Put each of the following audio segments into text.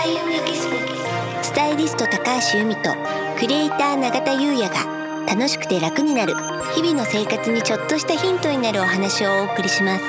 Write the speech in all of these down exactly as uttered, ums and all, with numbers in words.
開運エキスポ、スタイリスト高橋由美とクリエイター永田優也が楽しくて楽になる日々の生活にちょっとしたヒントになるお話をお送りします。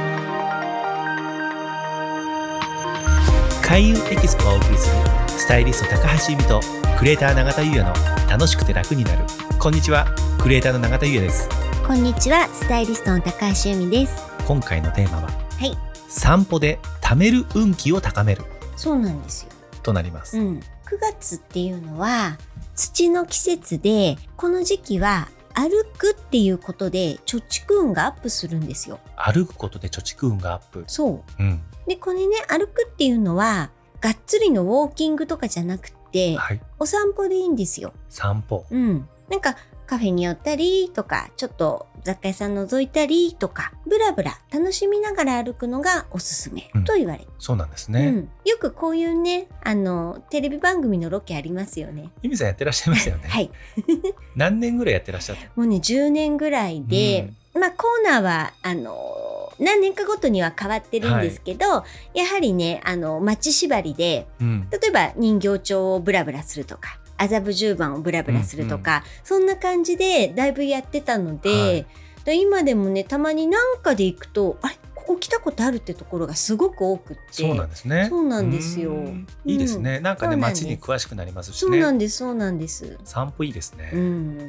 開運エキスポがお送りするスタイリスト高橋由美とクリエイター永田優也の楽しくて楽になる。こんにちは、クリエイターの永田優也です。 こんにちは、スタイリストの高橋由美です。 今回のテーマは、 はい、 散歩で貯める運気を高める。 そうなんですよとなります、 うん、くがつっていうのは土の季節で、この時期は歩くっていうことで貯蓄運がアップするんですよ。 歩くことで貯蓄運がアップ。 そう、 うん、 でこれね、歩くっていうのはがっつりのウォーキングとかじゃなくて、はい、お散歩でいいんですよ。 散歩、 うん、なんかカフェに寄ったりとか、ちょっと雑貨屋さん覗いたりとか、ブラブラ楽しみながら歩くのがおすすめと言われる、 うん、そうなんですね、 うん、よくこういうね、あのテレビ番組のロケありますよね。 由美さんやってらっしゃいますよね。はい何年ぐらいやってらっしゃった？ もうねじゅうねんぐらいで、うん、まあコーナーはあの何年かごとには変わってるんですけど、はい、やはりね、あの街縛りで、うん、例えば人形町をブラブラするとか、麻布十番をブラブラするとか、うんうん、そんな感じでだいぶやってたので、はい、で今でもね、たまになんかで行くと、あれここ来たことあるってところがすごく多くって。 そうなんですね。 そうなんですよ。 いいですね。なんかね、街に詳しくなりますしね。 そうなんです、そうなんです。 散歩いいですね。 うん、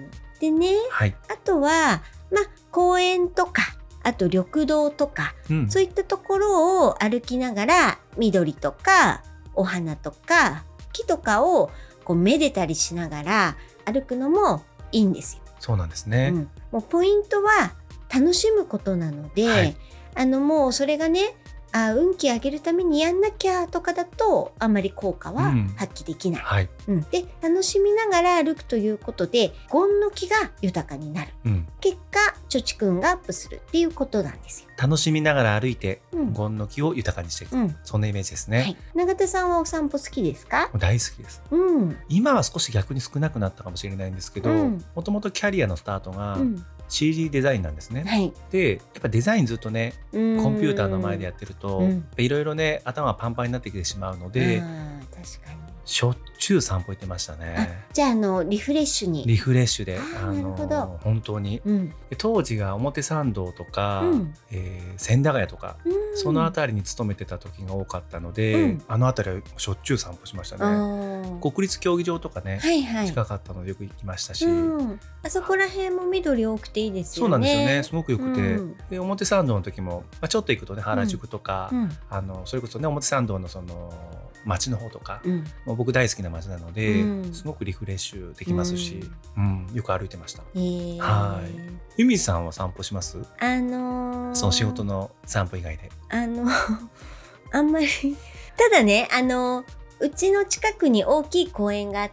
でね、はい、あとは、まあ、公園とか、あと緑道とか、うん、そういったところを歩きながら、緑とかお花とか木とかをこうめでたりしながら歩くのもいいんですよ。 そうなんですね、うん、 もうポイントは楽しむことなので、はい、あのもうそれがね、あ運気上げるためにやんなきゃとかだとあんまり効果は発揮できない、うんはいうん、で楽しみながら歩くということで権の気が豊かになる、うん、結果貯蓄運がアップするっていうことなんですよ。 楽しみながら歩いて、うん、権の気を豊かにしていく、うん、そんなイメージですね、はい、 永田さんはお散歩好きですか？ 大好きです、うん、今は少し逆に少なくなったかもしれないんですけど、もともとキャリアのスタートが、うんシーディー デザインなんですね、はい、でやっぱデザインずっとねコンピューターの前でやってるといろいろね頭パンパンになってきてしまうので、確かにしょっちゅう散歩行ってましたね。 じゃあ、あのリフレッシュにリフレッシュであの本当に、うん、当時が表参道とか、うんえー、千駄ヶ谷とか、うん、その辺りに勤めてた時が多かったので、うん、あの辺りはしょっちゅう散歩しましたね。国立競技場とかね、はいはい、近かったのでよく行きましたし、うん、 あそこら辺も緑多くていいですよね。 そうなんですよね、すごくよくて、うん、で表参道の時も、まあ、ちょっと行くとね原宿とか、うん、あのそれこそね表参道のその街の方とか、うん、もう僕大好きな街なので、うん、すごくリフレッシュできますし、うんうん、よく歩いてました、えー、はい由美さんは散歩します？あのー、その仕事の散歩以外であのあんまりただね、あのーうちの近くに大きい公園があって、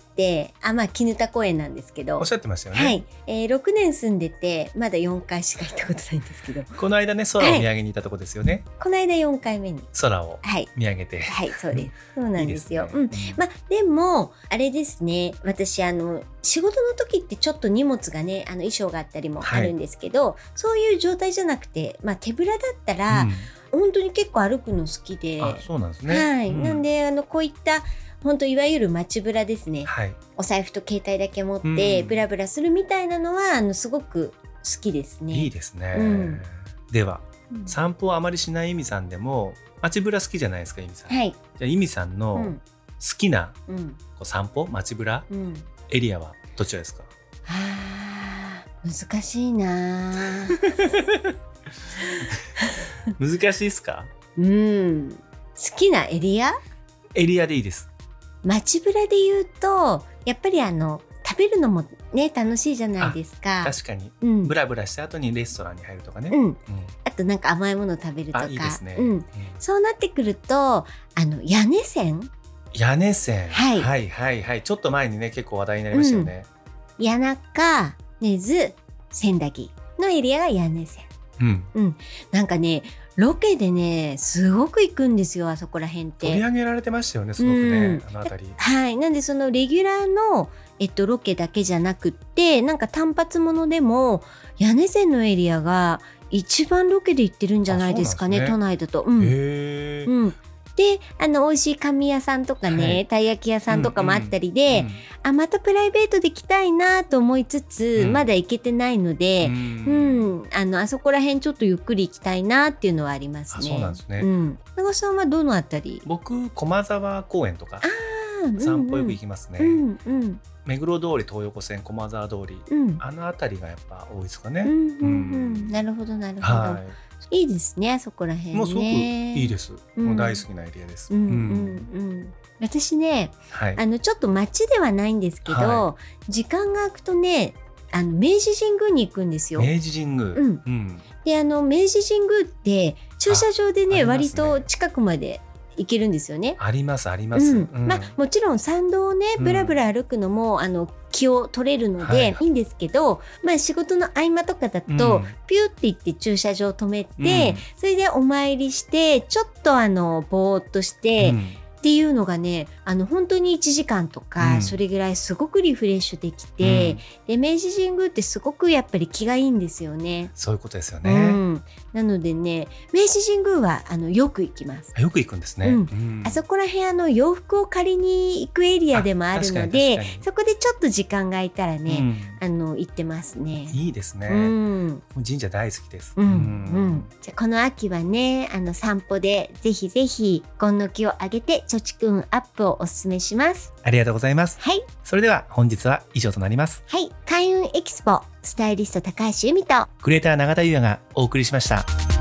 あ、まあ絹田公園なんですけど、 おっしゃってましたよね。 はい、えー、ろくねん住んでてまだよんかいしか行ったことないんですけど、 この間ね空を見上げに行ったとこですよね、はい、 この間よんかいめに空を見上げて、 はい、はい、そうですそうなんですよ。いいですね、うん、まあでもあれですね、私あの仕事の時ってちょっと荷物がね、あの衣装があったりもあるんですけど、はい、そういう状態じゃなくて、まあ手ぶらだったら、うん本当に結構歩くの好きで、 あ、そうなんですね。 はい、うん、なんであのこういった本当いわゆる街ブラですね、はい、お財布と携帯だけ持ってブラブラするみたいなのはあのすごく好きですね。 いいですね、うん、では、うん、散歩をあまりしない由美さんでも街ブラ好きじゃないですか由美さん、はい、じゃあ由美さんの好きな、うん、こう散歩街ブラ、うん、エリアはどちらですか？ はー難しいな難しいですか？ うん好きなエリアエリアでいいです。 街ブラで言うとやっぱりあの食べるのもね楽しいじゃないですか。 確かに、うん、ブラブラした後にレストランに入るとかね、うんうん、 あとなんか甘いもの食べるとか。 いいですね、 うんうん、そうなってくるとあの屋根線屋根線、はい、はいはいはいちょっと前にね結構話題になりましたよね、 うん、谷中根津千駄木のエリアが屋根線、うんうん、なんかねロケでねすごく行くんですよあそこら辺って取り上げられてましたよねすごくね、うん、あの辺り。 はいなんでそのレギュラーの、えっと、ロケだけじゃなくってなんか単発ものでも屋根線のエリアが一番ロケで行ってるんじゃないですかね、ね都内だと、うん、 へー、 うん、 であの美味しい紙屋さんとかね、はい、たい焼き屋さんとかもあったりで、うんうん、あまたプライベートで来たいなと思いつつ、うん、まだ行けてないので、うんうん、あのあそこら辺ちょっとゆっくり行きたいなっていうのはありますね。 あ、そうなんですね、 うん、長さんはどのあたり？ 僕駒沢公園とかあ散歩よく行きますね、 うんうん、 目黒通り、東横線、駒沢通り、うん、あのあたりがやっぱ多いですかね、 うんうんうん、なるほどなるほど、はい、いいですね、あそこら辺ね。 もうすごくいいです、うん、もう大好きなエリアです、うんうんうん、 私ね、はい、あのちょっと街ではないんですけど、はい、時間が空くとね、あの明治神宮に行くんですよ。 明治神宮、うんうん、 であの明治神宮って駐車場で ね, ね割と近くまで行けるんですよね。 ありますあります、うんうん、 まあ、もちろん参道をねブラブラ歩くのも、うん、あの気を取れるのでいいんですけど、はい、まあ、仕事の合間とかだと、うん、ピューって行って駐車場止めて、うん、それでお参りしてちょっとあのぼーっとして、うん、っていうのがね、あの本当にいちじかんとか、うん、それぐらいすごくリフレッシュできて、うん、で明治神宮ってすごくやっぱり気がいいんですよね。 そういうことですよね、うん、 なのでね、明治神宮はあのよく行きます。 よく行くんですね、うんうん、 あそこら辺あの洋服を借りに行くエリアでもあるので、そこでちょっと時間が空いたらね、うん、あの行ってますね。 いいですね、うん、神社大好きです、 うんうん、じゃあこの秋はね、あの散歩でぜひぜひ根の気を上げて貯蓄運アップをおすすめします。 ありがとうございます、 はい、 それでは本日は以上となります。 はい、開運エキスポスタイリスト高橋由美とクリエイター永田優也がお送りしました。